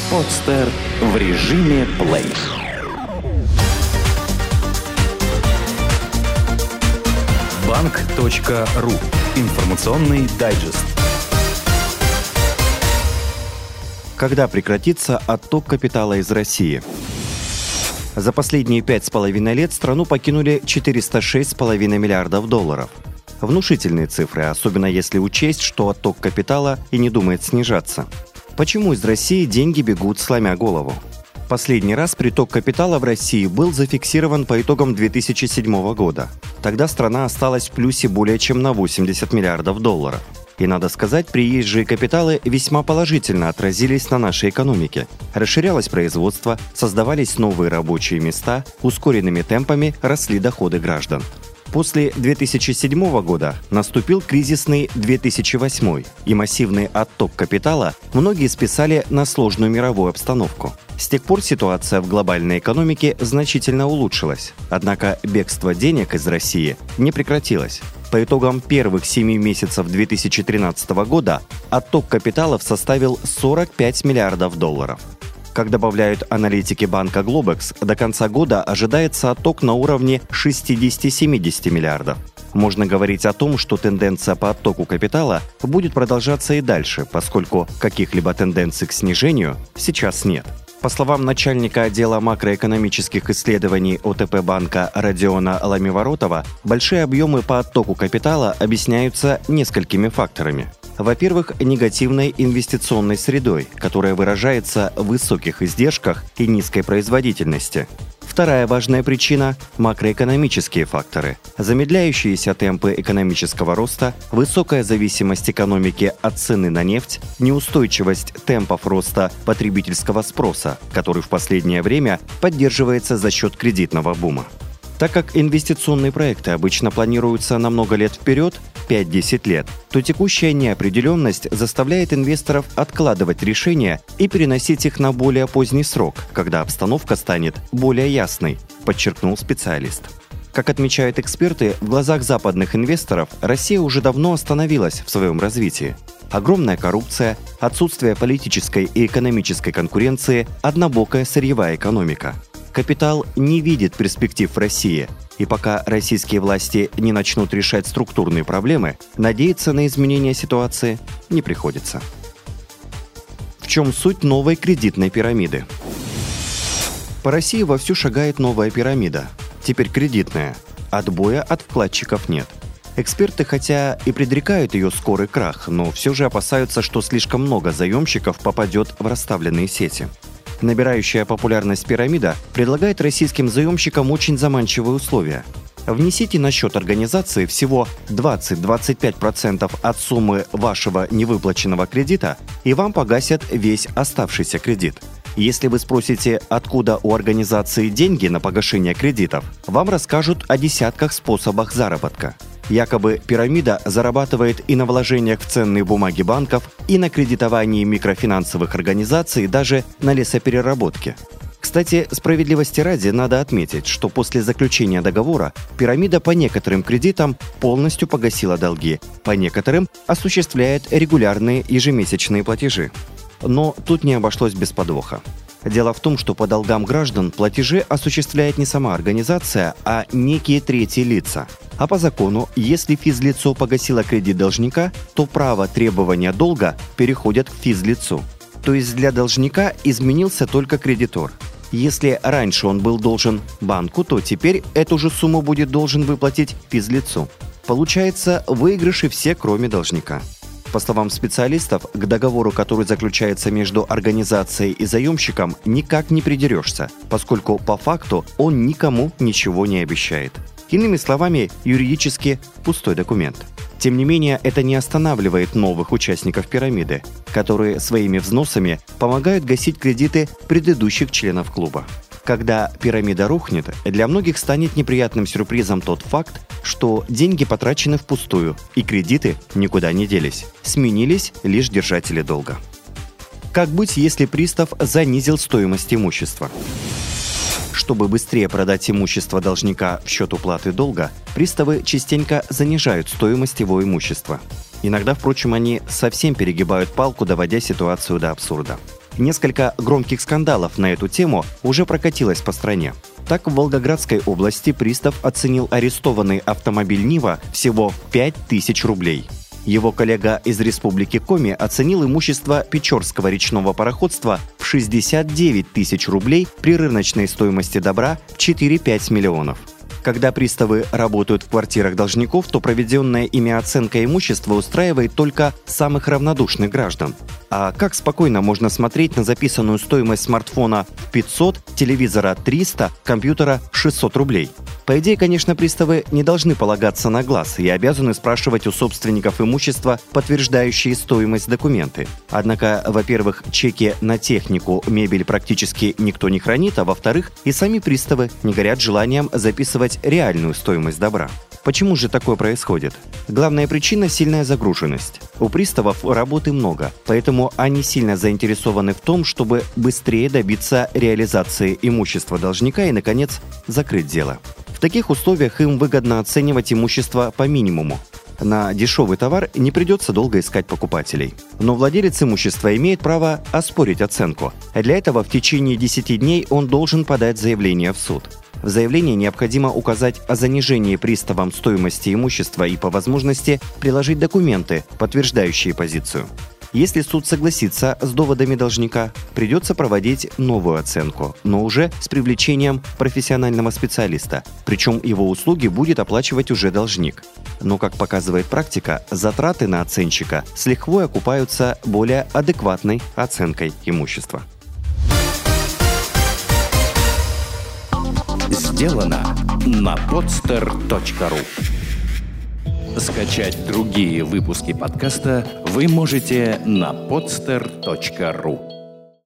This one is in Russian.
Подстер в режиме плей. Банк.ру. Информационный дайджест. Когда прекратится отток капитала из России? За последние 5,5 лет страну покинули 406,5 миллиардов долларов. Внушительные цифры, особенно если учесть, что отток капитала и не думает снижаться. Почему из России деньги бегут, сломя голову? Последний раз приток капитала в России был зафиксирован по итогам 2007 года. Тогда страна осталась в плюсе более чем на 80 миллиардов долларов. И, надо сказать, приезжие капиталы весьма положительно отразились на нашей экономике. Расширялось производство, создавались новые рабочие места, ускоренными темпами росли доходы граждан. После 2007 года наступил кризисный 2008, и массивный отток капитала многие списали на сложную мировую обстановку. С тех пор ситуация в глобальной экономике значительно улучшилась, однако бегство денег из России не прекратилось. По итогам первых 7 месяцев 2013 года отток капиталов составил 45 миллиардов долларов. Как добавляют аналитики банка Globex, до конца года ожидается отток на уровне 60-70 миллиардов. Можно говорить о том, что тенденция по оттоку капитала будет продолжаться и дальше, поскольку каких-либо тенденций к снижению сейчас нет. По словам начальника отдела макроэкономических исследований ОТП банка Родиона Ламиворотова, большие объемы по оттоку капитала объясняются несколькими факторами. Во-первых, негативной инвестиционной средой, которая выражается в высоких издержках и низкой производительности. Вторая важная причина – макроэкономические факторы. Замедляющиеся темпы экономического роста, высокая зависимость экономики от цены на нефть, неустойчивость темпов роста потребительского спроса, который в последнее время поддерживается за счет кредитного бума. Так как инвестиционные проекты обычно планируются на много лет вперед, 5-10 лет, то текущая неопределенность заставляет инвесторов откладывать решения и переносить их на более поздний срок, когда обстановка станет более ясной, подчеркнул специалист. Как отмечают эксперты, в глазах западных инвесторов Россия уже давно остановилась в своем развитии. Огромная коррупция, отсутствие политической и экономической конкуренции, однобокая сырьевая экономика. Капитал не видит перспектив в России, и пока российские власти не начнут решать структурные проблемы, надеяться на изменение ситуации не приходится. В чем суть новой кредитной пирамиды? По России вовсю шагает новая пирамида, теперь кредитная. Отбоя от вкладчиков нет. Эксперты, хотя и предрекают ее скорый крах, но все же опасаются, что слишком много заемщиков попадет в расставленные сети. Набирающая популярность пирамида предлагает российским заемщикам очень заманчивые условия. Внесите на счет организации всего 20-25% от суммы вашего невыплаченного кредита, и вам погасят весь оставшийся кредит. Если вы спросите, откуда у организации деньги на погашение кредитов, вам расскажут о десятках способах заработка. Якобы пирамида зарабатывает и на вложениях в ценные бумаги банков, и на кредитовании микрофинансовых организаций, и даже на лесопереработке. Кстати, справедливости ради надо отметить, что после заключения договора пирамида по некоторым кредитам полностью погасила долги, по некоторым осуществляет регулярные ежемесячные платежи. Но тут не обошлось без подвоха. Дело в том, что по долгам граждан платежи осуществляет не сама организация, а некие третьи лица. А по закону, если физлицо погасило кредит должника, то право требования долга переходит к физлицу. То есть для должника изменился только кредитор. Если раньше он был должен банку, то теперь эту же сумму будет должен выплатить физлицу. Получается, выигрыши все, кроме должника. По словам специалистов, к договору, который заключается между организацией и заемщиком, никак не придерешься, поскольку по факту он никому ничего не обещает. Иными словами, юридически пустой документ. Тем не менее, это не останавливает новых участников пирамиды, которые своими взносами помогают гасить кредиты предыдущих членов клуба. Когда пирамида рухнет, для многих станет неприятным сюрпризом тот факт, что деньги потрачены впустую, и кредиты никуда не делись. Сменились лишь держатели долга. Как быть, если пристав занизил стоимость имущества? Чтобы быстрее продать имущество должника в счет уплаты долга, приставы частенько занижают стоимость его имущества. Иногда, впрочем, они совсем перегибают палку, доводя ситуацию до абсурда. Несколько громких скандалов на эту тему уже прокатилось по стране. Так, в Волгоградской области пристав оценил арестованный автомобиль «Нива» всего в 5000 рублей. Его коллега из Республики Коми оценил имущество Печорского речного пароходства в 69 тысяч рублей при рыночной стоимости добра в 4-5 миллионов. Когда приставы работают в квартирах должников, то проведенная ими оценка имущества устраивает только самых равнодушных граждан. А как спокойно можно смотреть на записанную стоимость смартфона в 500, телевизора 300, компьютера 600 рублей? По идее, конечно, приставы не должны полагаться на глаз и обязаны спрашивать у собственников имущества подтверждающие стоимость документы. Однако, во-первых, чеки на технику, мебель практически никто не хранит, а во-вторых, и сами приставы не горят желанием записывать реальную стоимость добра. Почему же такое происходит? Главная причина – сильная загруженность. У приставов работы много, поэтому они сильно заинтересованы в том, чтобы быстрее добиться реализации имущества должника и, наконец, закрыть дело. В таких условиях им выгодно оценивать имущество по минимуму. На дешевый товар не придется долго искать покупателей. Но владелец имущества имеет право оспорить оценку. Для этого в течение 10 дней он должен подать заявление в суд. В заявлении необходимо указать о занижении приставом стоимости имущества и, по возможности, приложить документы, подтверждающие позицию. Если суд согласится с доводами должника, придется проводить новую оценку, но уже с привлечением профессионального специалиста, причем его услуги будет оплачивать уже должник. Но, как показывает практика, затраты на оценщика с лихвой окупаются более адекватной оценкой имущества. Сделано на podster.ru. Скачать другие выпуски подкаста вы можете на podster.ru.